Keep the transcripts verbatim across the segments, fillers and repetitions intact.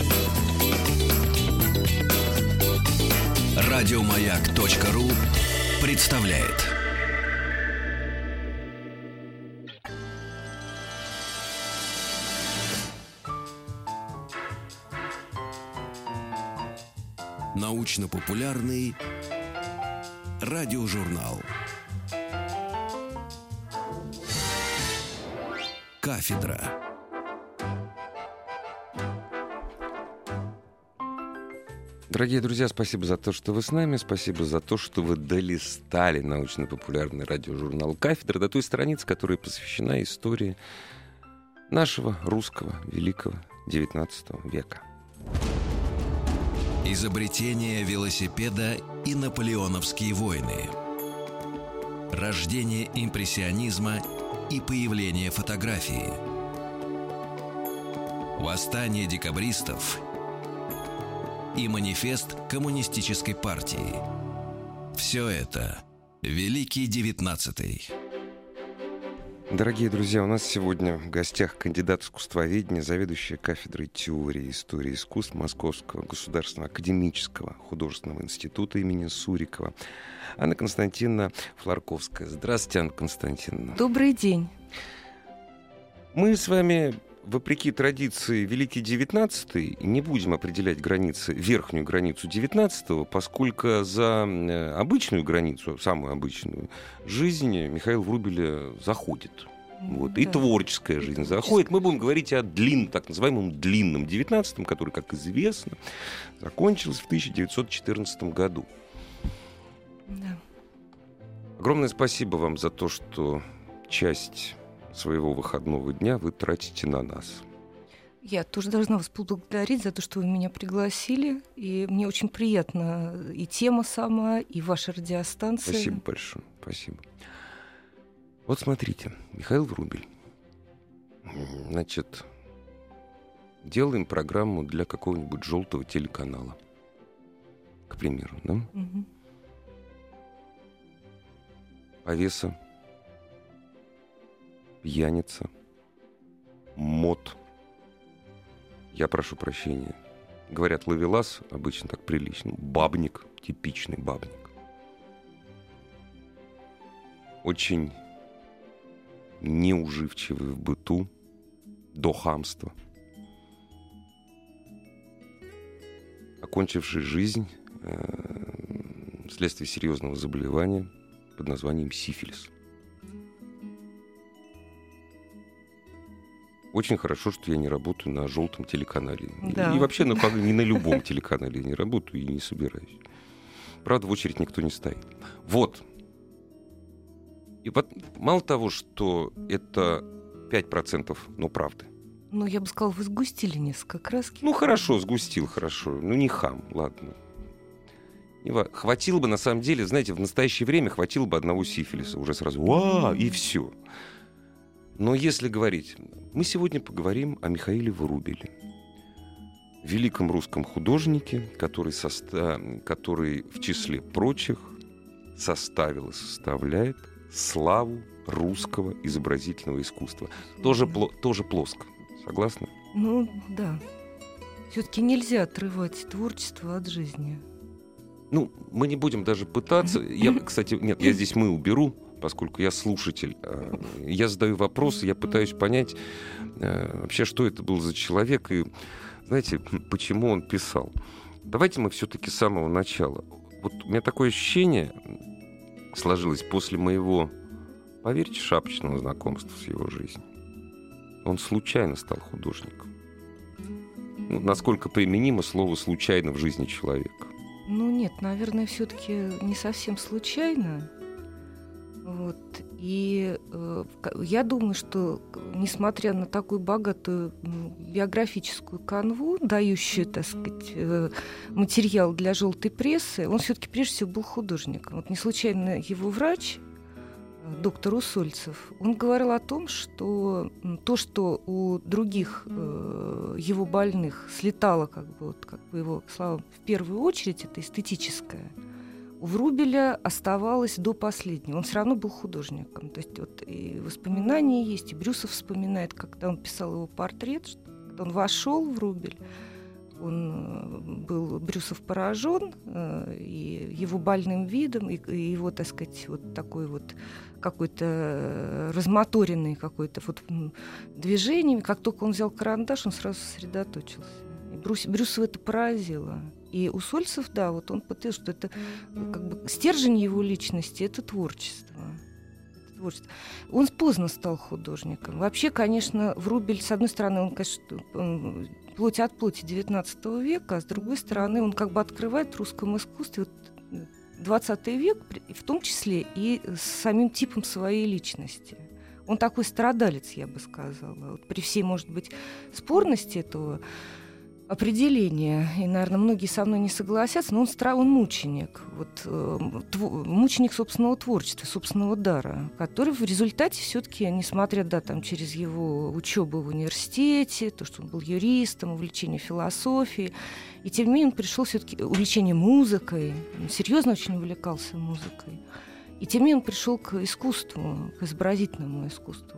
Радиомаяк.ру представляет. Научно-популярный радиожурнал. Кафедра. Дорогие друзья, спасибо за то, что вы с нами. Спасибо за то, что вы долистали научно-популярный радиожурнал «Кафедра» до той страницы, которая посвящена истории нашего русского великого девятнадцатого века. Изобретение велосипеда и наполеоновские войны. Рождение импрессионизма и появление фотографии. Восстание декабристов и манифест коммунистической партии. Все это Великий девятнадцатый. Дорогие друзья, у нас сегодня в гостях кандидат искусствоведения, заведующая кафедрой теории и истории искусств Московского государственного академического художественного института имени Сурикова Анна Константиновна Флорковская. Здравствуйте, Анна Константиновна. Добрый день. Мы с вами, вопреки традиции Великий девятнадцатый, не будем определять границы, верхнюю границу девятнадцатого, поскольку за обычную границу, самую обычную, жизнь Михаила Врубеля заходит. Вот. Да. И творческая жизнь заходит. Мы будем говорить о длинном, так называемом длинном девятнадцатом, который, как известно, закончился в тысяча девятьсот четырнадцатом году. Да. Огромное спасибо вам за то, что часть своего выходного дня вы тратите на нас. Я тоже должна вас поблагодарить за то, что вы меня пригласили. И мне очень приятно и тема сама, и ваша радиостанция. Спасибо большое. Спасибо. Вот смотрите, Михаил Врубель. Значит, делаем программу для какого-нибудь желтого телеканала. К примеру, да? Угу. Повеса, пьяница, мод. Я прошу прощения. Говорят, ловелас, обычно так прилично. Бабник, типичный бабник. Очень неуживчивый в быту, до хамства. Окончивший жизнь э, вследствие серьезного заболевания под названием сифилис. Очень хорошо, что я не работаю на желтом телеканале. Да. И, и вообще на, не на любом телеканале я не работаю и не собираюсь. Правда, в очередь никто не стоит. Вот. И под... мало того, что это пять процентов, но правды. Ну, я бы сказала, вы сгустили несколько краски. Ну, хорошо, сгустил, хорошо. Ну, не хам, ладно. Хватило бы, на самом деле, знаете, в настоящее время хватило бы одного сифилиса. Уже сразу, уа, и все. Но если говорить... Мы сегодня поговорим о Михаиле Врубеле, великом русском художнике, который, соста... который в числе прочих составил и составляет славу русского изобразительного искусства. Тоже, пло... Тоже плоско. Согласна? Ну, да. Все-таки нельзя отрывать творчество от жизни. Ну, мы не будем даже пытаться. Я, кстати, нет, я здесь «мы» уберу, поскольку я слушатель. Я задаю вопросы, я пытаюсь понять вообще, что это был за человек и, знаете, почему он писал. Давайте мы все-таки с самого начала. Вот у меня такое ощущение сложилось после моего, поверьте, шапочного знакомства с его жизнью. Он случайно стал художником. Ну, насколько применимо слово «случайно» в жизни человека? Ну нет, наверное, все-таки не совсем случайно. Вот. И э, я думаю, что, несмотря на такую богатую биографическую канву, дающую, так сказать, э, материал для желтой прессы, он все-таки прежде всего был художником. Вот не случайно его врач, доктор Усольцев, он говорил о том, что то, что у других э, его больных слетало, как бы, вот, как бы его словам, в первую очередь, это эстетическое, у Врубеля оставалось до последнего. Он все равно был художником. То есть вот и воспоминания есть, и Брюсов вспоминает, когда он писал его портрет, что, когда он вошел в Врубель, он был Брюсов поражен э, и его больным видом, и, и его, так сказать, вот такой вот какой-то размоторенный какой-то вот движениями. Как только он взял карандаш, он сразу сосредоточился. И Брюс, Брюсова это поразило. И у Сольцев, да, вот он подтвердил, что это как бы стержень его личности — это творчество. Это творчество. Он поздно стал художником. Вообще, конечно, Врубель, с одной стороны, он, конечно, он плоть от плоти девятнадцатого века, а с другой стороны, он как бы открывает в русском искусстве вот двадцатый век, в том числе и с самим типом своей личности. Он такой страдалец, я бы сказала. Вот при всей, может быть, спорности этого определения, и, наверное, многие со мной не согласятся, но он, стра... он мученик. Вот, э, тв... мученик собственного творчества, собственного дара, который в результате все-таки, несмотря да, там, через его учебу в университете, то, что он был юристом, увлечение философией, и тем не менее он пришел все-таки увлечение музыкой, он серьезно очень увлекался музыкой, и тем не менее он пришел к искусству, к изобразительному искусству,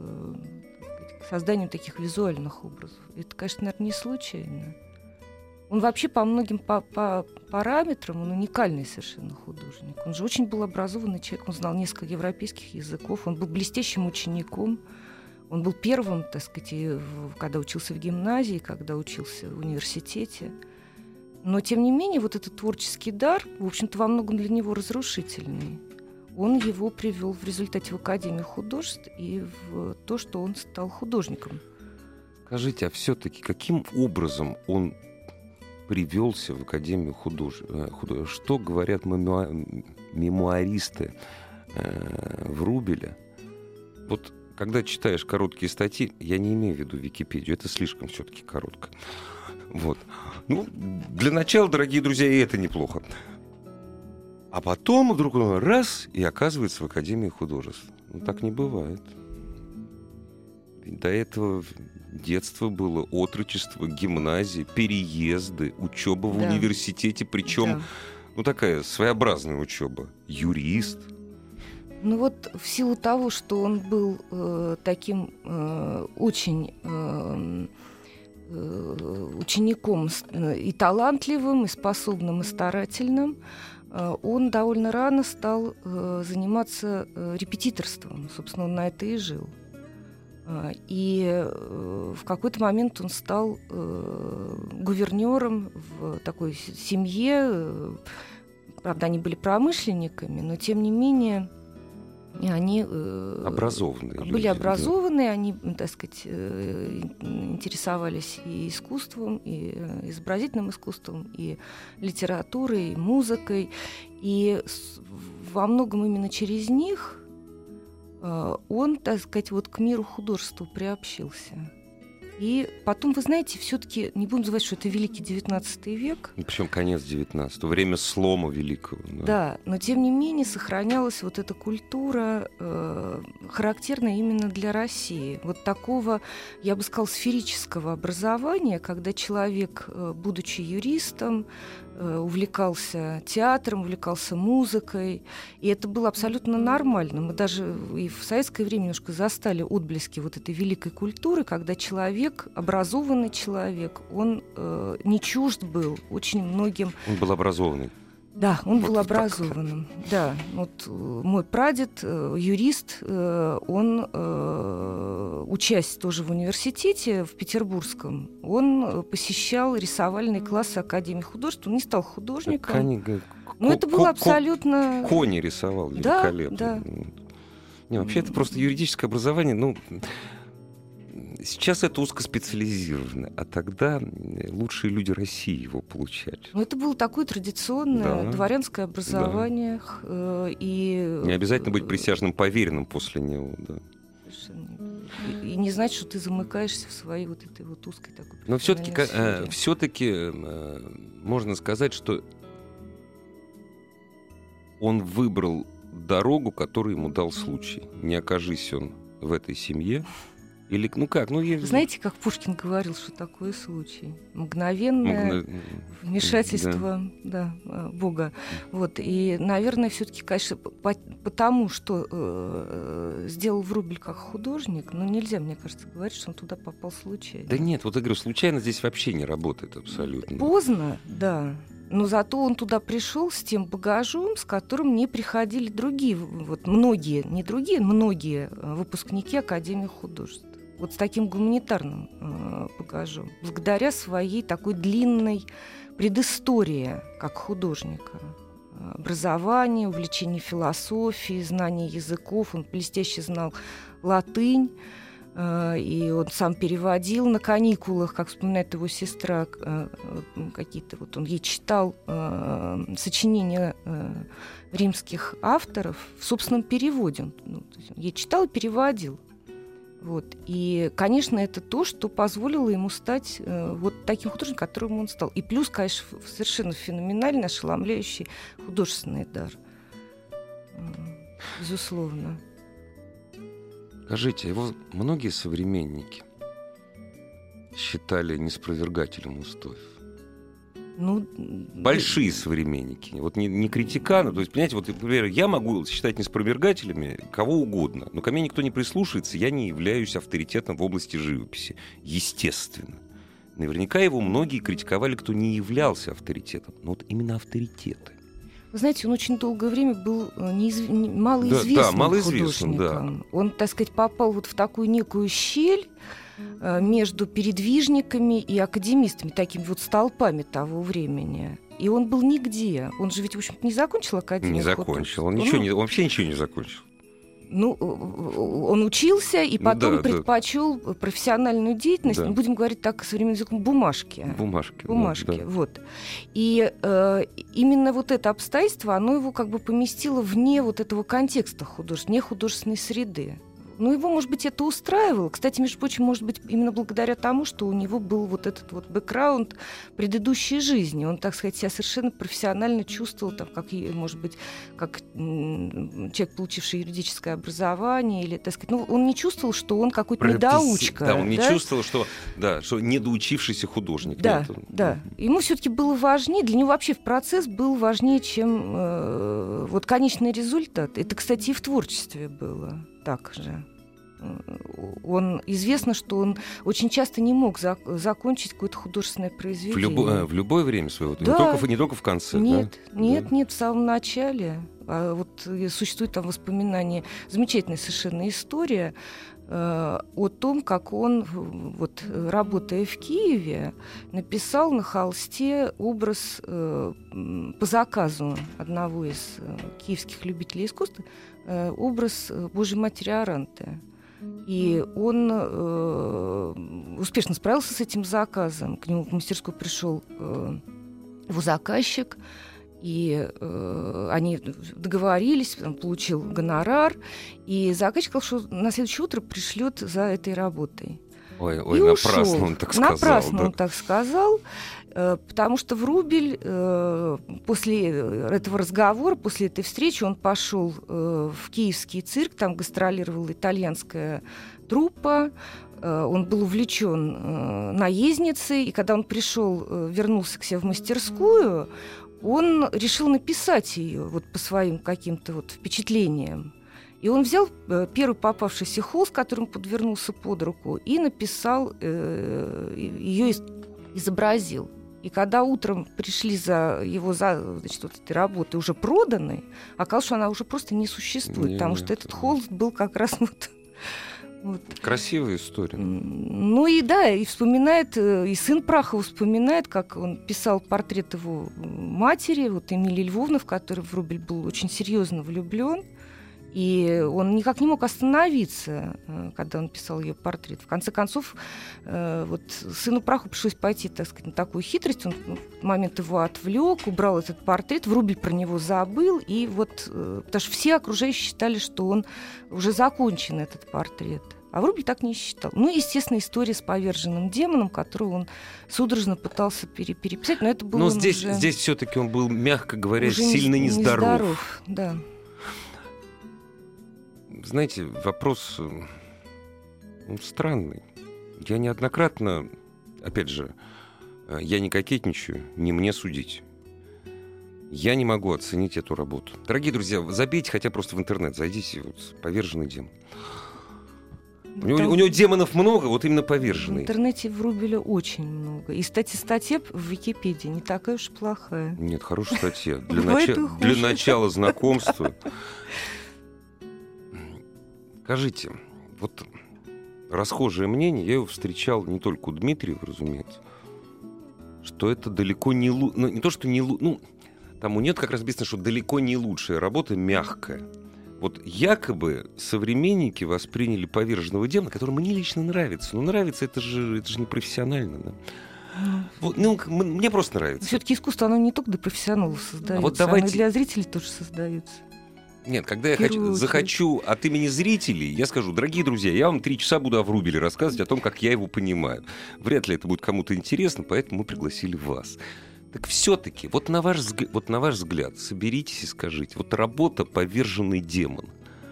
к созданию таких визуальных образов. Это, конечно, наверное, не случайно. Он вообще по многим по, по параметрам он уникальный совершенно художник. Он же очень был образованный человек, он знал несколько европейских языков, он был блестящим учеником, он был первым, так сказать, когда учился в гимназии, когда учился в университете. Но, тем не менее, вот этот творческий дар, в общем-то, во многом для него разрушительный. Он его привел в результате в Академию художеств и в то, что он стал художником. Скажите, а все-таки каким образом он привелся в Академию художеств? Что говорят мемуа... мемуаристы э, Врубеля? Вот когда читаешь короткие статьи, я не имею в виду Википедию, это слишком все-таки коротко. Вот. Ну, для начала, дорогие друзья, и это неплохо. А потом вдруг он раз и оказывается в Академии художеств. Ну, так не бывает. Ведь до этого детство было, отрочество, гимназия, переезды, учеба в да. университете, причем да. ну, такая своеобразная учеба. Юрист. Ну вот в силу того, что он был э, таким э, очень э, э, учеником и талантливым, и способным, и старательным, он довольно рано стал э, заниматься э, репетиторством. Собственно, он на это и жил. И э, в какой-то момент он стал э, гувернером в такой семье. Правда, они были промышленниками, но тем не менее они э, образованные были люди, образованные, да. Они, так сказать, э, интересовались и искусством, и изобразительным искусством, и литературой, и музыкой. И с, во многом именно через них э, он, так сказать, вот к миру художества приобщился. И потом, вы знаете, все-таки не будем забывать, что это великий девятнадцатый век. Причем конец девятнадцатого, время слома великого. Да, да, но тем не менее сохранялась вот эта культура, э, характерная именно для России. Вот такого, я бы сказала, сферического образования, когда человек, э, будучи юристом, э, увлекался театром, увлекался музыкой. И это было абсолютно нормально. Мы даже и в советское время немножко застали отблески вот этой великой культуры, когда человек, образованный человек, он э, не чужд был очень многим. Он был образованный. Да, он вот был образованным. Так. Да, вот мой прадед, э, юрист, э, он, э, учась тоже в университете в Петербургском, он посещал рисовальные классы Академии художеств. Он не стал художником. Кони, но ко- это было ко- абсолютно... Кони рисовал великолепно. Да, да. Не, вообще это просто юридическое образование, ну... Сейчас это узкоспециализировано, а тогда лучшие люди России его получали. Ну, это было такое традиционное да. дворянское образование. Да. Э, и... Не обязательно быть присяжным поверенным после него. Да. И, и не знать, что ты замыкаешься в своей вот этой вот узкой такой. Но все-таки, э, все-таки э, можно сказать, что он выбрал дорогу, которую ему дал случай. Не окажись он в этой семье, Или, ну как, ну... Я... Знаете, как Пушкин говорил, что такое случай? Мгновенное Мгно... вмешательство да. Да, Бога. Вот. И, наверное, все-таки, конечно, по- потому, что э, сделал Врубель как художник, ну, нельзя, мне кажется, говорить, что он туда попал случайно. Да нет, вот я говорю, случайно здесь вообще не работает абсолютно. Поздно, да. Но зато он туда пришел с тем багажом, с которым не приходили другие, вот многие, не другие, многие выпускники Академии художеств. Вот с таким гуманитарным э, багажом, благодаря своей такой длинной предыстории как художника. Образование, увлечение философией, знание языков. Он блестяще знал латынь, э, и он сам переводил на каникулах, как вспоминает его сестра, э, какие-то вот он ей читал э, сочинения э, римских авторов в собственном переводе. Ну, то есть он ей читал и переводил. Вот. И, конечно, это то, что позволило ему стать э, вот таким художником, которым он стал. И плюс, конечно, совершенно феноменальный, ошеломляющий художественный дар. Безусловно. Скажите, его многие современники считали неспровергателем устоев? Ну, большие современники, вот не, не критиканы. То есть, понимаете, вот, например, я могу считать неспровергателями кого угодно, но ко мне никто не прислушается, я не являюсь авторитетом в области живописи. Естественно. Наверняка его многие критиковали, кто не являлся авторитетом. Но вот именно авторитеты. Вы знаете, он очень долгое время был неизв... малоизвестным да, да, малоизвестным, художником. Да. Он, так сказать, попал вот в такую некую щель между передвижниками и академистами, такими вот столпами того времени. И он был нигде. Он же ведь, в общем-то, не закончил академию. Не закончил. Он, ничего не, он вообще ничего не закончил. Ну, он учился и потом да, предпочел да. профессиональную деятельность, да. будем говорить так современным языком, бумажки. Бумажки. Бумажки, да. вот. И э, именно вот это обстоятельство, оно его как бы поместило вне вот этого контекста художественной, вне художественной среды. Ну, его, может быть, это устраивало. Кстати, между прочим, может быть, именно благодаря тому, что у него был вот этот вот бэкграунд предыдущей жизни. Он, так сказать, себя совершенно профессионально чувствовал, там, как, может быть, как м- человек, получивший юридическое образование, или, так сказать, ну, он не чувствовал, что он какой-то недоучка. Да, он не да? чувствовал, что, да, что недоучившийся художник. Да, Нет, да. Ему все-таки было важнее, для него вообще в процесс был важнее, чем э, вот конечный результат. Это, кстати, и в творчестве было так же. Он, известно, что он очень часто не мог за, закончить какое-то художественное произведение. В, любо, в любое время своего? Да. Не, только, не только в конце? Нет, да? нет, да. нет, в самом начале. А вот существует там воспоминание, замечательная совершенно история э, о том, как он, вот, работая в Киеве, написал на холсте образ э, по заказу одного из э, киевских любителей искусства, э, образ Божьей Матери Аранты. И он э, успешно справился с этим заказом. К нему в мастерскую пришел э, его заказчик, и э, они договорились, он получил гонорар, и заказчик сказал, что на следующее утро пришлет за этой работой. Ой, ой, и напрасно ушел. он так сказал. Напрасно да. он так сказал, э, потому что Врубель э, после этого разговора, после этой встречи, он пошел э, в Киевский цирк, там гастролировала итальянская труппа, э, он был увлечен э, наездницей, и когда он пришел, э, вернулся к себе в мастерскую, он решил написать ее вот по своим каким-то вот впечатлениям. И он взял э, первый попавшийся холст, которым подвернулся под руку, и написал, э, ее из- изобразил. И когда утром пришли за его за, значит, вот этой работой уже проданной, оказалось, что она уже просто не существует, нет, потому что этот холст был как раз вот... Вот. Красивая история. Ну и да, и вспоминает, и сын Прахова вспоминает, как он писал портрет его матери, вот Эмилии Львовны, в которой Врубель был очень серьезно влюблен. И он никак не мог остановиться, когда он писал ее портрет. В конце концов, вот сыну Праху пришлось пойти, так сказать, на такую хитрость. Он в момент его отвлек, убрал этот портрет, Врубель про него забыл. И вот, потому что все окружающие считали, что он уже закончен, этот портрет. А Врубель так не считал. Ну, естественно, история с поверженным демоном, которую он судорожно пытался пере- переписать. Но это было Но здесь, уже... здесь все-таки он был, мягко говоря, сильно не, нездоров. нездоров. Да. Знаете, вопрос он странный. Я неоднократно, опять же, я не кокетничаю, не мне судить. Я не могу оценить эту работу. Дорогие друзья, забейте хотя просто в интернет, зайдите, вот, «Поверженный демон». У него, у него демонов много, вот именно поверженный. В интернете Врубеля очень много. И, кстати, статья в Википедии не такая уж плохая. Нет, хорошая статья. Для, нача... Для начала знакомства. Скажите, вот расхожее мнение, я его встречал не только у Дмитриева, разумеется, что это далеко не лучше. Ну, не то, что не лучше. Ну, там у нее как раз написано, что далеко не лучшая работа, мягкая. Вот якобы современники восприняли «Поверженного демона», который мне лично нравится. Но нравится, это же, это же не профессионально, да? Mm. Вот, ну, мне просто нравится. Все-таки искусство, оно не только для профессионалов создается, а вот давайте... оно и для зрителей тоже создается. Нет, когда я хочу, захочу от имени зрителей, я скажу: дорогие друзья, я вам три часа буду о Врубеле рассказывать, о том, как я его понимаю. Вряд ли это будет кому-то интересно, поэтому мы пригласили вас. Так все-таки, вот на, ваш взгляд, вот на ваш взгляд, соберитесь и скажите, вот работа «Поверженный демон»,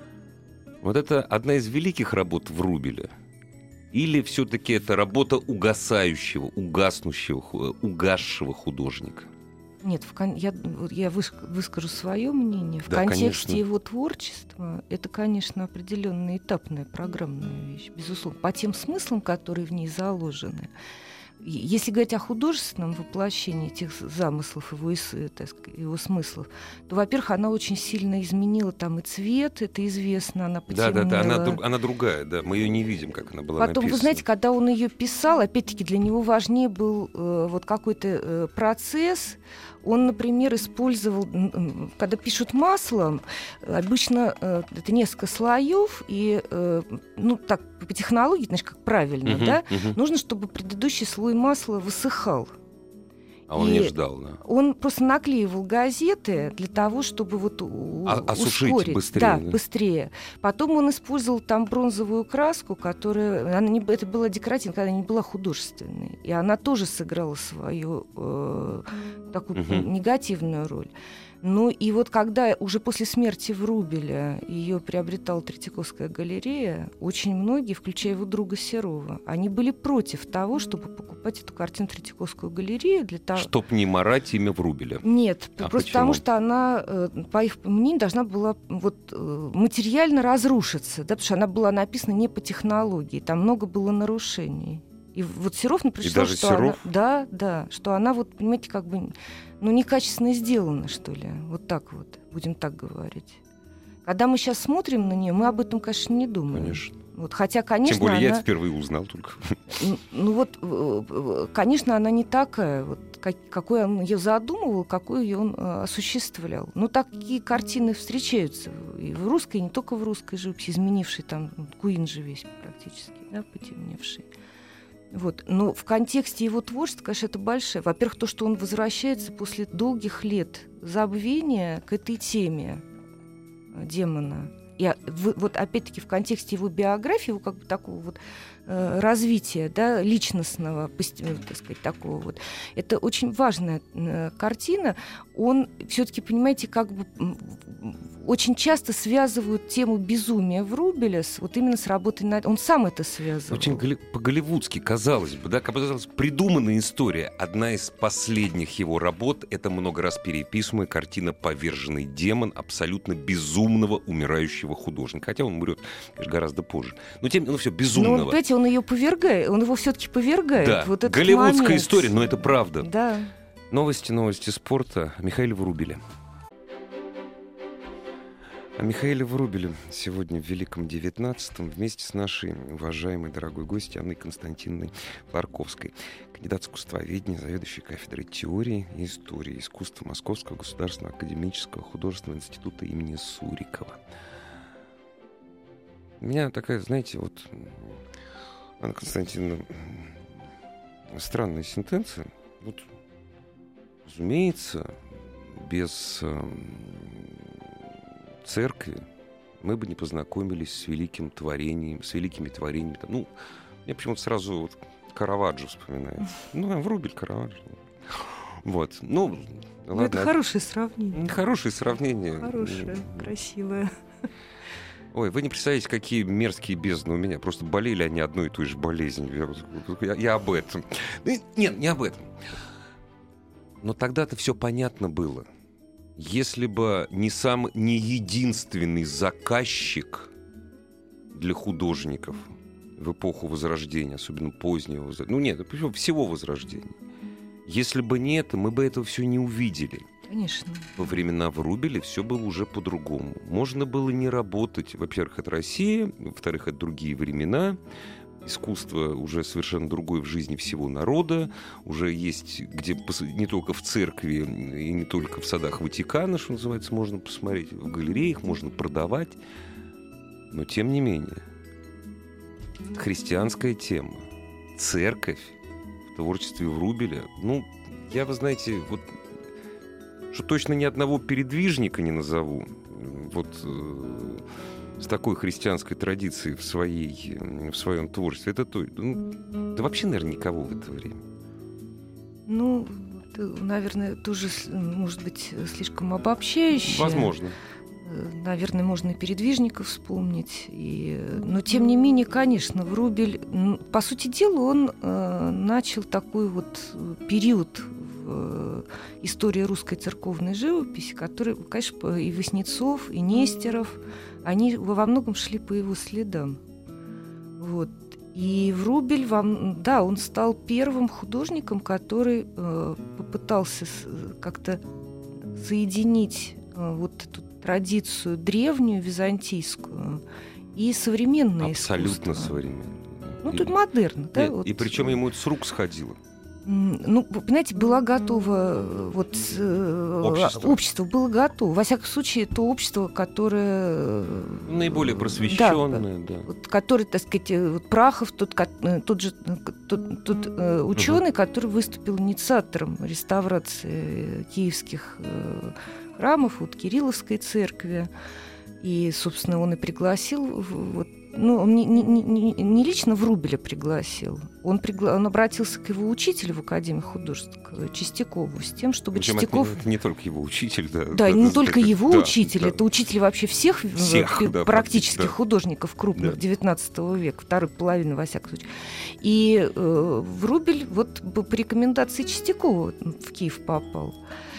вот это одна из великих работ Врубеля? Или все-таки это работа угасающего, угаснущего, угасшего художника? Нет, в кон... я, я выскажу свое мнение. В да, контексте конечно. его творчества это, конечно, определенная этапная программная вещь, безусловно, по тем смыслам, которые в ней заложены. Если говорить о художественном воплощении этих замыслов, его, так сказать, его смыслов, то, во-первых, она очень сильно изменила там и цвет, это известно, она потемнела. Да, да, да, она, она другая, да, мы ее не видим, как она была Потом, написана. вы знаете, когда он ее писал, опять-таки для него важнее был э, вот какой-то э, процесс. Он, например, использовал, когда пишут маслом, обычно э, это несколько слоев, и, э, ну, так, по технологии, значит, как правильно, uh-huh, да, uh-huh. нужно, чтобы предыдущий слой масла высыхал. А он и не ждал, да? Он просто наклеивал газеты для того, чтобы вот а, осушить ускорить. быстрее. Да, да, быстрее. Потом он использовал там бронзовую краску, которая... Она не, это была декоративная, когда она не была художественной. И она тоже сыграла свою э, такую угу. негативную роль. Ну и вот когда уже после смерти Врубеля ее приобретала Третьяковская галерея, очень многие, включая его друга Серова, они были против того, чтобы покупать эту картину в Третьяковскую галерею. Для того... Чтоб не марать имя Врубеля. Нет, а просто почему? Потому что она, по их мнению, должна была вот, материально разрушиться, да, потому что она была написана не по технологии, там много было нарушений. И вот Серов например, считал, что Серов? она, да, да, что она вот, понимаете, как бы, ну, некачественно сделана, что ли, вот так вот, будем так говорить. Когда мы сейчас смотрим на нее, мы об этом, конечно, не думаем. Конечно. Вот, хотя, конечно, Тем более она... я это впервые узнал только. Ну вот, конечно, она не такая, вот, как, какой он ее задумывал, какой ее он э, осуществлял. Но такие картины встречаются и в русской, и не только в русской живописи, изменившей там, Куин же весь практически, да, потемневший. Вот. Но в контексте его творчества, конечно, это большое. Во-первых, то, что он возвращается после долгих лет забвения к этой теме демона. И вот опять-таки в контексте его биографии, его как бы такого вот э, развития, да, личностного, так сказать, такого вот. Это очень важная э, картина. Он все-таки, понимаете, как бы очень часто связывают тему безумия Врубеля с, вот именно с работой над... Он сам это связывал. Очень голли... по-голливудски, казалось бы, да, казалось, придуманная история. Одна из последних его работ — это много раз переписываемая картина «Поверженный демон» абсолютно безумного умирающего художника. Хотя он умрет, конечно, гораздо позже. Но тем, ну, все безумного. Ну, понимаете, он ее повергает, он его все-таки повергает. Да, вот этот голливудская момент. история, но это правда. Да. Новости, новости спорта. Михаил Врубеля. О Михаиле Врубеле сегодня в Великом девятнадцатом вместе с нашей уважаемой дорогой гостьей Анной Константиновной Ларковской, кандидат искусствоведения, заведующей кафедрой теории и истории искусства Московского государственного академического художественного института имени Сурикова. У меня такая, знаете, вот, Анна Константиновна, странная сентенция. Вот, разумеется, без э, церкви мы бы не познакомились с великим творением, с великими творениями. Ну, я почему-то сразу вот Караваджо вспоминаю. Ну, Врубель, Караваджо. Вот. Ну, ладно. Это хорошее сравнение. Хорошее сравнение. Хорошее, красивое. Ой, вы не представляете, какие мерзкие бездны у меня. Просто болели они одной и той же болезнью. Я, я об этом. Нет, не об этом. Но тогда-то все понятно было. Если бы не сам, не единственный заказчик для художников в эпоху Возрождения, особенно позднего Возрождения, ну нет, всего Возрождения, если бы не это, мы бы этого все не увидели. Конечно. Во времена Врубеля все было уже по-другому. Можно было не работать. Во-первых, это Россия, во-вторых, это другие времена. Искусство уже совершенно другое в жизни всего народа. Уже есть, где не только в церкви и не только в садах Ватикана, что называется, можно посмотреть. В галереях можно продавать. Но тем не менее, христианская тема, церковь в творчестве Врубеля, ну, я, вы знаете, вот что точно ни одного передвижника не назову, вот э, с такой христианской традицией в, своей, в своем творчестве. Это то, ну, да вообще, наверное, никого в это время. Ну, это, наверное, тоже, может быть, слишком обобщающе. Возможно. Наверное, можно и передвижников вспомнить. И... Но, тем не менее, конечно, Врубель, по сути дела, он э, начал такой вот период в истории русской церковной живописи, который, конечно, и Васнецов, и Нестеров, они во многом шли по его следам. Вот. И Врубель, вам, да, он стал первым художником, который э, попытался с, как-то соединить э, вот эту традицию древнюю, византийскую, и современное абсолютно искусство. Современное. Ну, тут модерн, да? Нет, вот. И причем ему это с рук сходило. Ну, понимаете, было готово, вот, общество. общество было готово. Во всяком случае, то общество, которое... Наиболее просвещенное, да. да. Вот, который, так сказать, вот Прахов, тот, тот же тот, тот, э, ученый, угу. который выступил инициатором реставрации киевских э, храмов, вот, Кирилловской церкви. И, собственно, он и пригласил... Вот, ну, он не, не, не, не лично Врубеля пригласил. Он, пригла... он обратился к его учителю в Академии художеств, к Чистякову, с тем, чтобы Причем Чистяков... Это, это не только его учитель, да. Да, да не да, только да, его да, учитель, да. это учитель вообще всех, всех да, практически да. художников крупных да. девятнадцатого века, второй половины, во всяком случае. И э, Врубель вот по рекомендации Чистякова в Киев попал.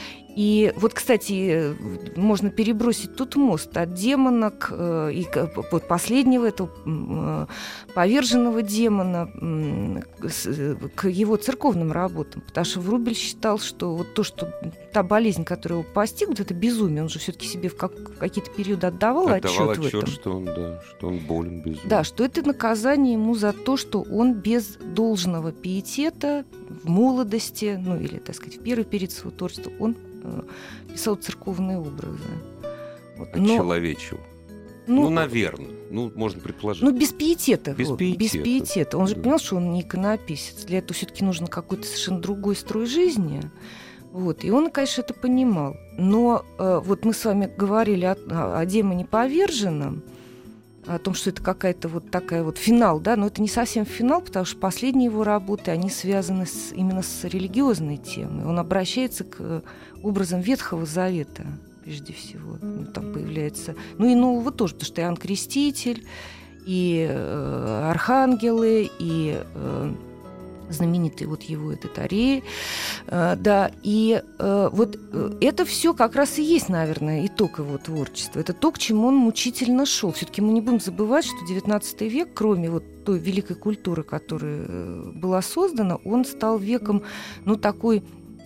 И вот, кстати, можно перебросить тут мост от демона к, э, и к, вот последнего этого э, поверженного демона э, с, к его церковным работам. Потому что Врубель считал, что вот то, что та болезнь, которая его постигла, это безумие. Он же все-таки себе в, как, в какие-то периоды отдавал, отдавал отчет в этом. Что он, да, что он болен безумием. Да, что это наказание ему за то, что он без должного пиетета в молодости, ну или, так сказать, в первый период своего творчества, он писал церковные образы. Вот. Очеловечил. Ну, ну, наверное. Ну, можно предположить. Ну, без пиетета. Без вот, пиетета. Без пиетета. Он же да. понял, что он не иконописец. Для этого все-таки нужно какой-то совершенно другой строй жизни. Вот. И он, конечно, это понимал. Но э, вот мы с вами говорили о, о демоне поверженном, о том, что это какая-то вот такая вот финал, да, но это не совсем финал, потому что последние его работы, они связаны с, именно с религиозной темой. Он обращается к образам Ветхого Завета, прежде всего. Ну, там появляется... Ну и нового тоже, потому что Иоанн Креститель, и э, архангелы, и... Э, знаменитый вот его этот Арей, э, да, и э, вот э, это все как раз и есть, наверное, итог его творчества. Это то, к чему он мучительно шел. Все-таки мы не будем забывать, что девятнадцатый век, кроме вот той великой культуры, которая э, была создана, он стал веком, ну, такой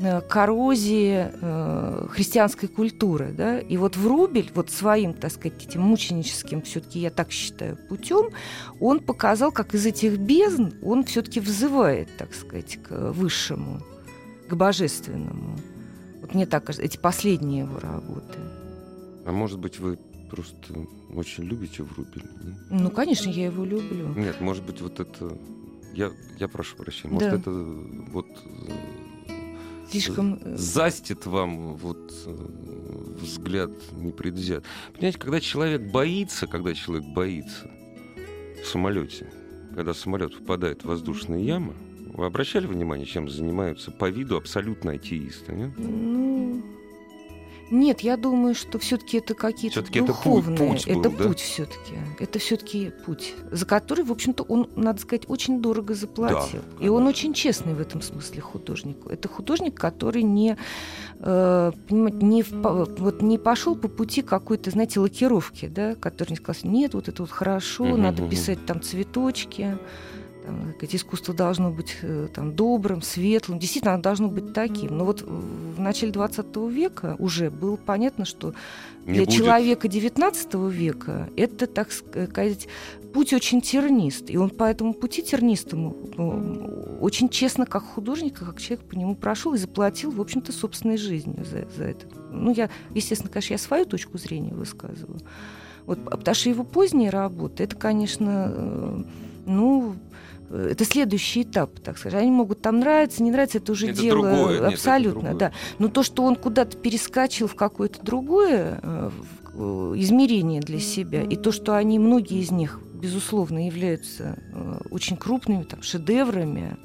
коррозии э, христианской культуры, да, и вот Врубель вот своим, так сказать, этим мученическим, все-таки я так считаю, путем, он показал, как из этих бездн он все-таки взывает, так сказать, к высшему, к божественному. Вот мне так кажется, эти последние его работы. А может быть, вы просто очень любите Врубеля? Да? Ну, конечно, я его люблю. Нет, может быть, вот это... Я, я прошу прощения. Может, да. это вот... Слишком... застит вам вот взгляд непредвзят. Понимаете, когда человек боится, когда человек боится в самолете, когда самолет впадает в воздушные ямы, вы обращали внимание, чем занимаются по виду абсолютно атеисты? Нет? Ну, Нет, я думаю, что все-таки это какие-то Всё-таки духовные. Это путь, путь был, это да? путь все-таки. Это все-таки путь, за который, в общем-то, он, надо сказать, очень дорого заплатил. Да, и он очень честный в этом смысле художник. Это художник, который не, э, понимаете, не, в, вот, не пошел по пути какой-то, знаете, лакировки, да, который не сказал, нет, вот это вот хорошо, Мгм, надо мгм. писать там цветочки. Там, сказать, искусство должно быть там, добрым, светлым. Действительно, оно должно быть таким. Но вот в начале двадцатого века уже было понятно, что Не для будет. человека девятнадцатого века это, так сказать, путь очень тернист. И он по этому пути тернистому ну, очень честно, как художник, как человек по нему прошел и заплатил, в общем-то, собственной жизнью за, за это. Ну, я, естественно, конечно, я свою точку зрения высказываю. Вот, потому что его поздние работы, это, конечно, ну... Это следующий этап, так сказать. Они могут там нравиться, не нравиться, это уже это дело другое. Нет, абсолютно, это другое. да. Но то, что он куда-то перескочил в какое-то другое э, в, измерение для себя, и то, что они, многие из них, безусловно, являются э, очень крупными там, шедеврами,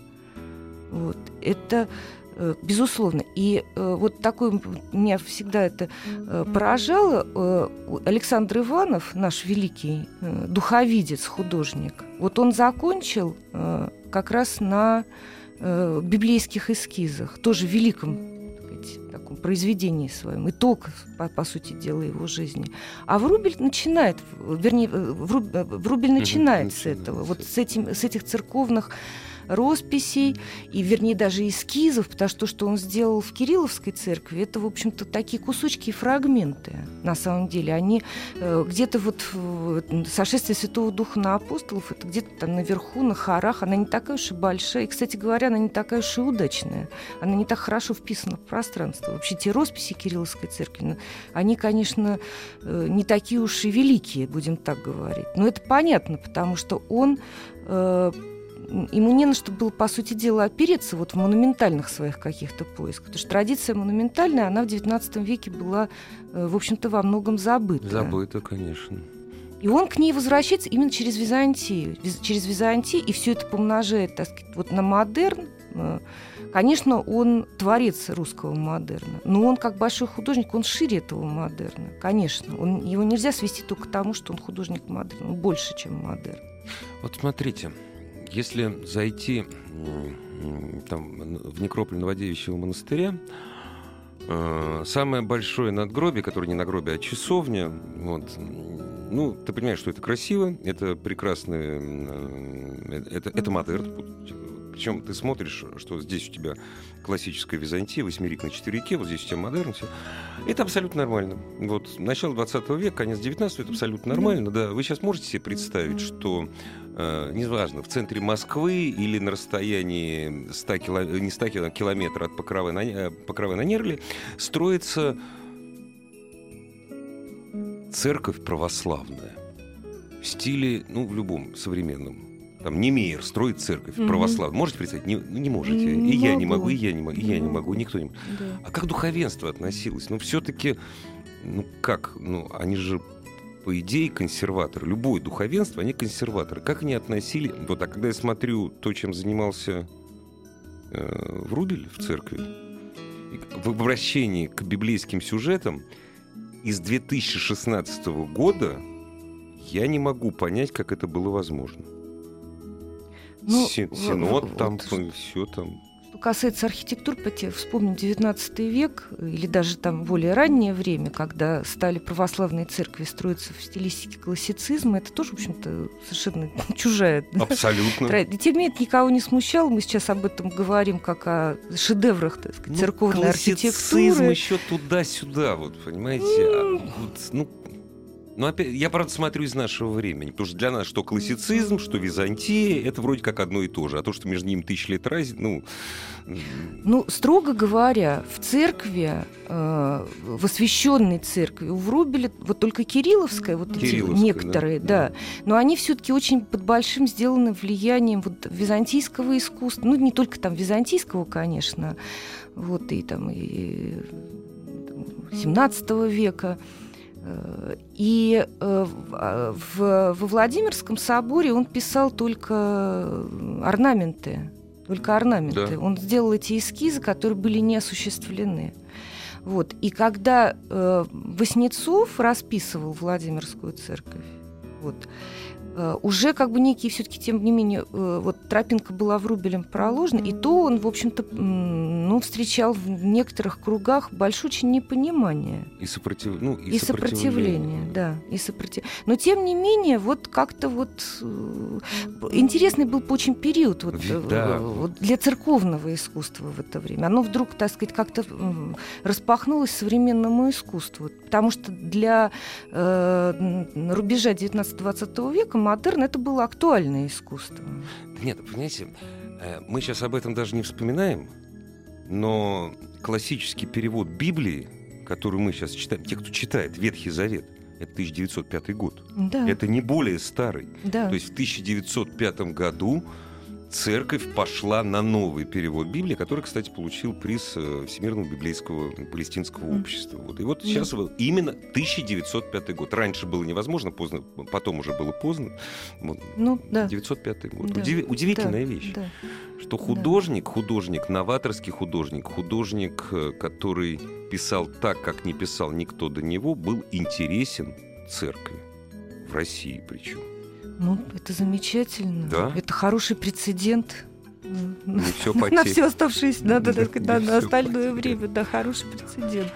вот, это э, безусловно. И э, вот такой меня всегда это э, поражало. Э, Александр Иванов, наш великий э, духовидец, художник, вот он закончил э, как раз на э, библейских эскизах, тоже великом так сказать, таком произведении своем, итог, по, по сути дела, его жизни. А Врубель начинает, вернее, Врубель начинает с этого, вот с, этим, с этих церковных росписей, и, вернее, даже эскизов, потому что то, что он сделал в Кирилловской церкви, это, в общем-то, такие кусочки и фрагменты, на самом деле. Они э, где-то вот в, сошествие Святого Духа на апостолов, это где-то там наверху, на хорах, она не такая уж и большая. И, кстати говоря, она не такая уж и удачная. Она не так хорошо вписана в пространство. Вообще, те росписи Кирилловской церкви, они, конечно, э, не такие уж и великие, будем так говорить. Но это понятно, потому что он... Э, ему не на что было, по сути дела, опереться вот в монументальных своих каких-то поисках. Потому что традиция монументальная, она в девятнадцатом веке была, в общем-то, во многом забыта. Забыто, конечно. И он к ней возвращается именно через Византию. Через Византию, и все это помножает, так сказать, вот на модерн. Конечно, он творец русского модерна, но он, как большой художник, он шире этого модерна. Конечно, он, его нельзя свести только к тому, что он художник модерна, он больше, чем модерн. Вот смотрите, если зайти там, в некрополь Новодевичьего монастыря, э, самое большое надгробие, которое не надгробие, а часовня, вот, ну, ты понимаешь, что это красиво, это прекрасно, э, это, это модерн. Причем ты смотришь, что здесь у тебя классическая Византия, восьмерик на четверике, вот здесь у тебя модерн, все. Это абсолютно нормально. Вот начало двадцатого века, конец девятнадцатого, это абсолютно нормально. Да, вы сейчас можете себе представить, что э, неважно, в центре Москвы или на расстоянии ста кило... не ста километров от Покровы на, Покровы на Нерле строится церковь православная в стиле, ну, в любом современном. Там Немеер строит церковь mm-hmm. православную. Можете представить? Не, не можете. Не и могу. я не могу, и я не могу, и не я не могу. могу, никто не может. Да. А как духовенство относилось? Ну, все-таки, ну как? Ну, они же, по идее, консерваторы. Любое духовенство, они консерваторы. Как они относили... Вот, а когда я смотрю то, чем занимался э, Врубель в церкви, в обращении к библейским сюжетам, из две тысячи шестнадцатого года я не могу понять, как это было возможно. Ну, Синод вот, там, вот, все там. Что касается архитектуры, вспомним девятнадцатый век, или даже там более раннее время, когда стали православные церкви строиться в стилистике классицизма, это тоже, в общем-то, совершенно чужая. Абсолютно. И тем не менее, это никого не смущало. Мы сейчас об этом говорим как о шедеврах, так сказать, церковной ну, архитектуры. Классицизм еще туда-сюда, вот, понимаете? А, вот, ну, Ну, опять, я, правда, смотрю из нашего времени, потому что для нас что классицизм, что Византия, это вроде как одно и то же. А то, что между ними тысячи лет разницы, ну... Ну, строго говоря, в церкви, э, в освященной церкви у Врубеля, вот только Кирилловская, вот эти некоторые, да, да, но они все-таки очень под большим сделаны влиянием вот византийского искусства, ну, не только там византийского, конечно, вот и там и семнадцатого века. И в, во Владимирском соборе он писал только орнаменты, только орнаменты. Да. Он сделал эти эскизы, которые были не осуществлены. Вот. И когда э, Васнецов расписывал Владимирскую церковь, вот, э, уже как бы некий все-таки, тем не менее, э, вот тропинка была Врубелем проложена, и то он, в общем-то, м, ну, встречал в некоторых кругах большое очень непонимание. И, сопротив... ну, и, И сопротивление. сопротивление, да, и сопротив... Но тем не менее, вот как-то вот э, интересный был очень период вот, Ведь, да. э, вот для церковного искусства в это время. Оно вдруг, так сказать, как-то э, распахнулось современному искусству, потому что для э, рубежа девятнадцатого-двадцатого века модерн — это было актуальное искусство. Нет, понимаете, мы сейчас об этом даже не вспоминаем, но классический перевод Библии, который мы сейчас читаем, те, кто читает Ветхий Завет, это тысяча девятьсот пятый год. Да. Это не более старый. Да. То есть в тысяча девятьсот пятом году церковь пошла на новый перевод Библии, который, кстати, получил приз Всемирного библейского палестинского mm. общества. Вот. И вот mm. сейчас именно тысяча девятьсот пятый год. Раньше было невозможно, поздно, потом уже было поздно. Вот. Ну, да. девятьсот пятый год. Да. Удив... Удивительная да. вещь, да. что художник, художник, новаторский художник, художник, который писал так, как не писал никто до него, был интересен церкви. В России причем. Ну, это замечательно. Да? Это хороший прецедент не все на все оставшееся, надо сказать, на остальное время. Да, хороший прецедент.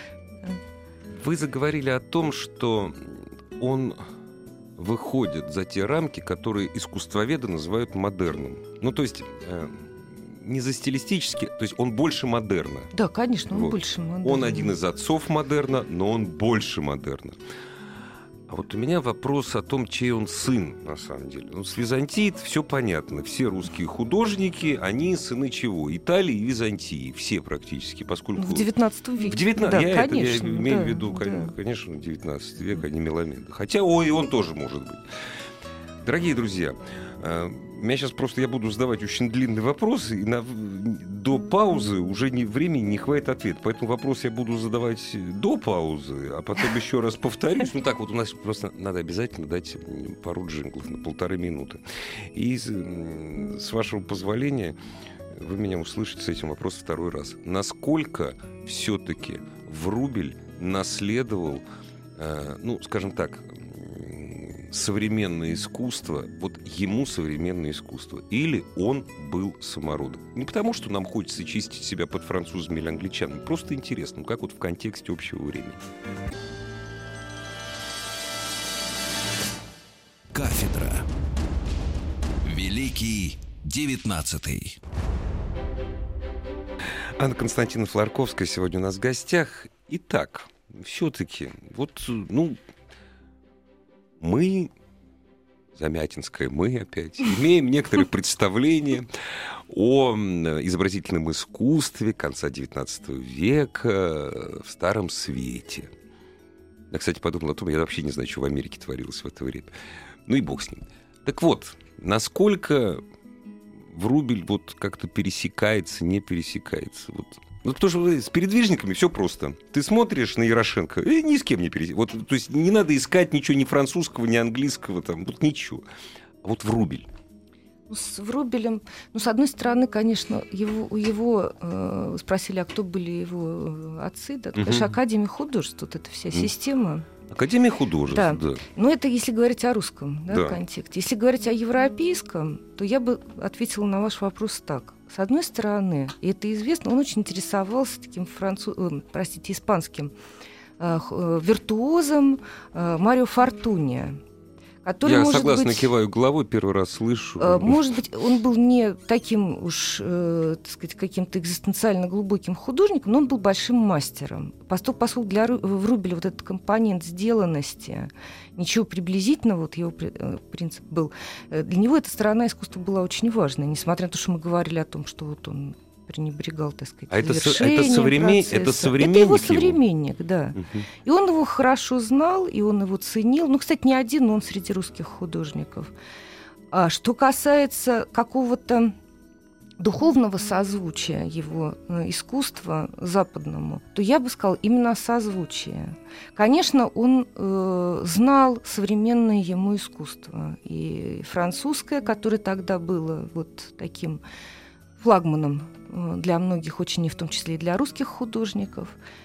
Вы заговорили о том, что он выходит за те рамки, которые искусствоведы называют модерном. Ну, то есть не за стилистически, то есть он больше модерна. Да, конечно, он вот. больше модерна. Он один из отцов модерна, но он больше модерна. А вот у меня вопрос о том, чей он сын, на самом деле. Ну, с Византией все понятно. Все русские художники, они сыны чего? Италии и Византии. Все практически, поскольку... В девятнадцатом веке. В девятнадцатом, да, я, конечно, это, я имею да, в виду, да. конечно, девятнадцатый век, а не Меламеда. Хотя, ой, он тоже может быть. Дорогие друзья, у меня сейчас просто я буду задавать очень длинный вопрос, и на, до паузы уже не, времени не хватит ответа. Поэтому вопрос я буду задавать до паузы, а потом еще раз повторюсь. Ну так вот, у нас просто надо обязательно дать пару джинглов на полторы минуты. И с вашего позволения вы меня услышите с этим вопросом второй раз. Насколько все-таки Врубель наследовал, э, ну, скажем так, современное искусство, вот ему современное искусство, или он был самородок? Не потому, что нам хочется чистить себя под французами или англичанами, просто интересно, как вот в контексте общего времени. Кафедра. Великий девятнадцатый. Анна Константинов-Ларковская сегодня у нас в гостях. Итак, все-таки, вот, ну, мы, Замятинская, мы опять, имеем некоторые представления о изобразительном искусстве конца девятнадцатого века в Старом Свете. Я, кстати, подумал о том, я вообще не знаю, что в Америке творилось в это время. Ну и бог с ним. Так вот, насколько Врубель вот как-то пересекается, не пересекается? Вот. Ну, потому что с передвижниками все просто. Ты смотришь на Ярошенко, и ни с кем не пересекается. Вот, то есть не надо искать ничего ни французского, ни английского, там, вот ничего. А вот Врубель. Ну, с Врубелем, ну, с одной стороны, конечно, его, его э, спросили, а кто были его отцы, да, угу. Конечно, Академия художеств, вот эта вся система. Академия художеств, да. да. Но это если говорить о русском, да, да. контексте. Если говорить о европейском, то я бы ответила на ваш вопрос так. С одной стороны, и это известно, он очень интересовался таким француз... э, простите, испанским э, э, виртуозом э, Марио Фортуни. Который, Я может согласно быть, киваю головой, первый раз слышу. Может быть, он был не таким уж, э, так сказать, каким-то экзистенциально глубоким художником, но он был большим мастером. Поскольку для Врубеля вот этот компонент сделанности, ничего приблизительного, вот его принцип был, для него эта сторона искусства была очень важной, несмотря на то, что мы говорили о том, что вот он пренебрегал, так сказать, а это, это, современ... это современник Это его современник, его? да. Угу. И он его хорошо знал, и он его ценил. Ну, кстати, не один, но он среди русских художников. А что касается какого-то духовного созвучия его искусства западному, то я бы сказала именно созвучие. Конечно, он э, знал современное ему искусство. И французское, которое тогда было вот таким флагманом для многих, очень, и в том числе и для русских художников.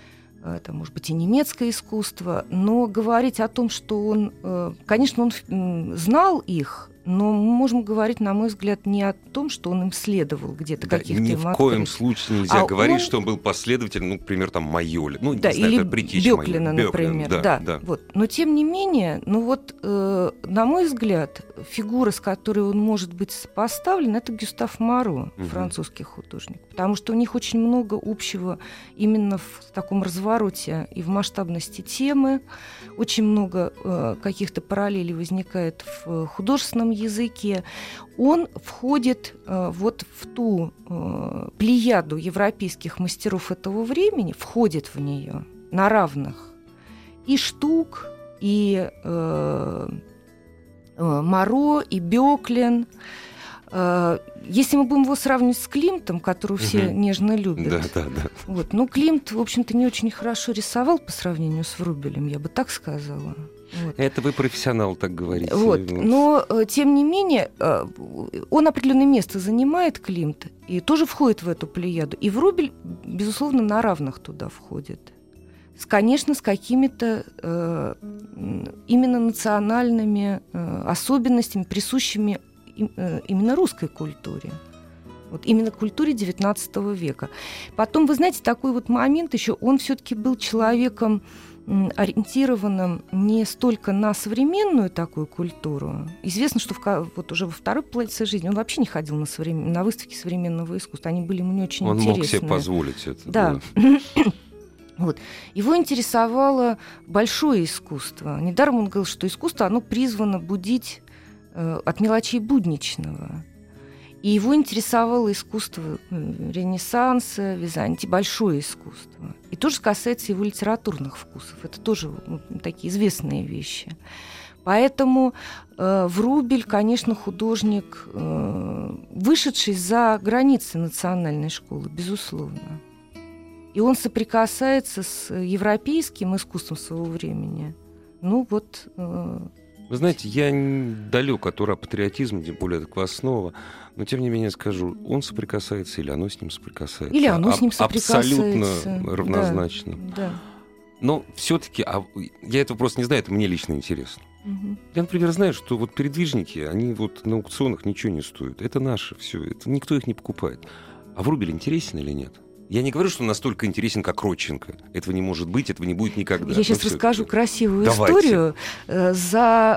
это, может быть, и немецкое искусство, но говорить о том, что он, конечно, он знал их, но мы можем говорить, на мой взгляд, не о том, что он им следовал где-то, да, каких-то ни им в открыть. коем случае нельзя а говорить, он... что он был последователем, ну, например, там, Майоли. Ну, да, не знаю, или это предтеча Бёклина, Майоли. например. Да, да, да. Вот. Но, тем не менее, ну вот, э, на мой взгляд, фигура, с которой он может быть сопоставлен, это Гюстав Моро, угу. французский художник. Потому что у них очень много общего именно в таком развороте и в масштабности темы. Очень много э, каких-то параллелей возникает в художественном языке. Он входит э, вот в ту э, плеяду европейских мастеров этого времени, входит в нее на равных. И Штук, и э, э, Моро, и Бёклин. Э, если мы будем его сравнивать с Климтом, которого все угу. нежно любят, да, да, да. Вот, ну, Климт, в общем-то, не очень хорошо рисовал по сравнению с Врубелем, я бы так сказала. Вот. Это вы профессионал, так говорите. Вот. Но, тем не менее, он определенное место занимает, Климт, и тоже входит в эту плеяду. И Врубель, безусловно, на равных туда входит. С, конечно, с какими-то э, именно национальными э, особенностями, присущими им, э, именно русской культуре. Вот именно культуре девятнадцатого века. Потом, вы знаете, такой вот момент еще, он все-таки был человеком, ориентированным не столько на современную такую культуру. Известно, что в, вот уже во второй половине своей жизни он вообще не ходил на, современ... на выставки современного искусства. Они были ему не очень он интересны. Он мог себе позволить это. Да. Вот. Его интересовало большое искусство. Недаром он говорил, что искусство, оно призвано будить э, от мелочей будничного. И его интересовало искусство Ренессанса, Византии, большое искусство. И тоже касается его литературных вкусов. Это тоже ну, такие известные вещи. Поэтому э, Врубель, конечно, художник, э, вышедший за границы национальной школы, безусловно. И он соприкасается с европейским искусством своего времени. Ну вот... Э, Вы знаете, я далек от ура-патриотизма, тем более от Квасного, но тем не менее скажу, он соприкасается или оно с ним соприкасается. Или оно с ним а- соприкасается. Абсолютно равнозначно. Да, да. Но все-таки, а, я этого просто не знаю, это мне лично интересно. Угу. Я, например, знаю, что вот передвижники, они вот на аукционах ничего не стоят. Это наше все, это никто их не покупает. А Врубель интересен или нет? Я не говорю, что он настолько интересен, как Родченко. Этого не может быть, этого не будет никогда. Я сейчас ну, расскажу это... красивую Давайте. историю. За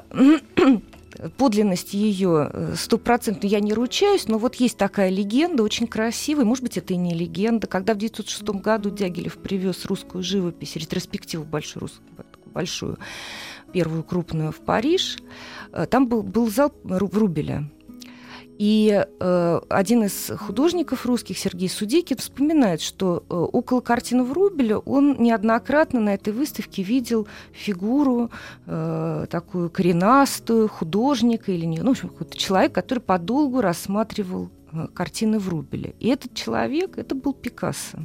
подлинность ее стопроцентно я не ручаюсь, но вот есть такая легенда, очень красивая, может быть, это и не легенда, когда в девятьсот шестом году Дягилев привез русскую живопись, ретроспективу большую, русскую, большую, первую крупную в Париж, там был, был зал Врубеля. И э, один из художников русских, Сергей Судейкин, вспоминает, что э, около картины Врубеля он неоднократно на этой выставке видел фигуру э, такую коренастую, художника или не, ну, в общем, какой-то человек, который подолгу рассматривал э, картины Врубеля. И этот человек, это был Пикассо.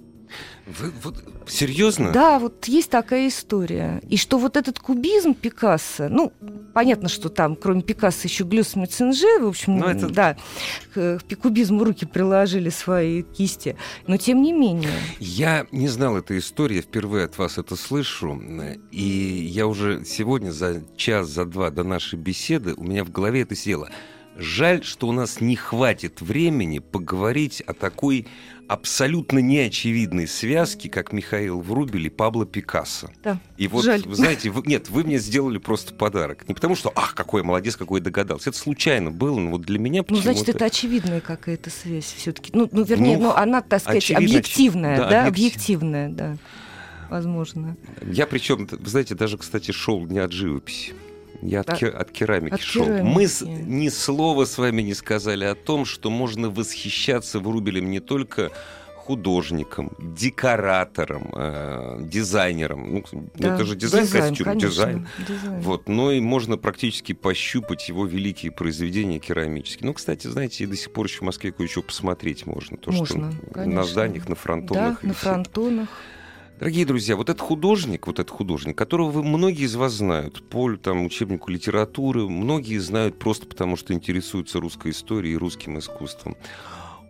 Вы, вот, серьезно? Да, вот есть такая история. И что вот этот кубизм Пикассо, ну, понятно, что там, кроме Пикассо, еще Глюс Меценже, в общем, ну, это... да, к, к кубизму руки приложили свои кисти, но тем не менее. Я не знал этой истории, я впервые от вас это слышу, и я уже сегодня за час, за два до нашей беседы у меня в голове это село. Жаль, что у нас не хватит времени поговорить о такой абсолютно неочевидной связке, как Михаил Врубель и Пабло Пикассо. Да, и вот, жаль. Вы знаете, вы, нет, вы мне сделали просто подарок. Не потому что, ах, какой молодец, какой догадался. Это случайно было, но вот для меня почему-то... Ну, значит, это очевидная какая-то связь все-таки. Ну, ну вернее, ну, ну, она, так сказать, очевидно, объективная, да, да, объектив... объективная, да, возможно. Я причем, вы знаете, даже, кстати, шел не от живописи. Я от, а, ке- от керамики от шел. керамики. Мы с- ни слова с вами не сказали о том, что можно восхищаться Врубелем не только художником, декоратором, э, дизайнером. Ну, да, это же дизайн, дизайн костюм, конечно, дизайн. дизайн. Вот, но и можно практически пощупать его великие произведения керамические. Ну, кстати, знаете, и до сих пор еще в Москве кое-что посмотреть можно. То, можно, что конечно. на зданиях, на фронтонах. Да, на фронтонах. Дорогие друзья, вот этот художник, вот этот художник, которого вы, многие из вас знают по там, учебнику литературы, многие знают просто потому, что интересуются русской историей и русским искусством.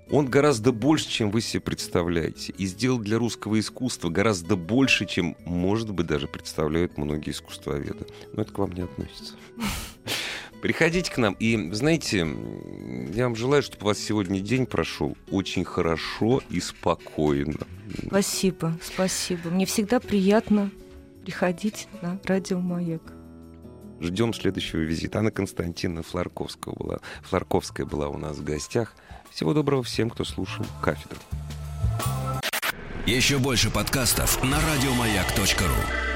Он гораздо больше, чем вы себе представляете. И сделал для русского искусства гораздо больше, чем, может быть, даже представляют многие искусствоведы. Но это к вам не относится. Приходите к нам. И, знаете, я вам желаю, чтобы у вас сегодня день прошел очень хорошо и спокойно. Спасибо, спасибо. Мне всегда приятно приходить на радио «Маяк». Ждем следующего визита. Анна Константиновна Флорковская была, Флорковская была у нас в гостях. Всего доброго всем, кто слушал «Кафедру». Еще больше подкастов на радиомаяк точка ру.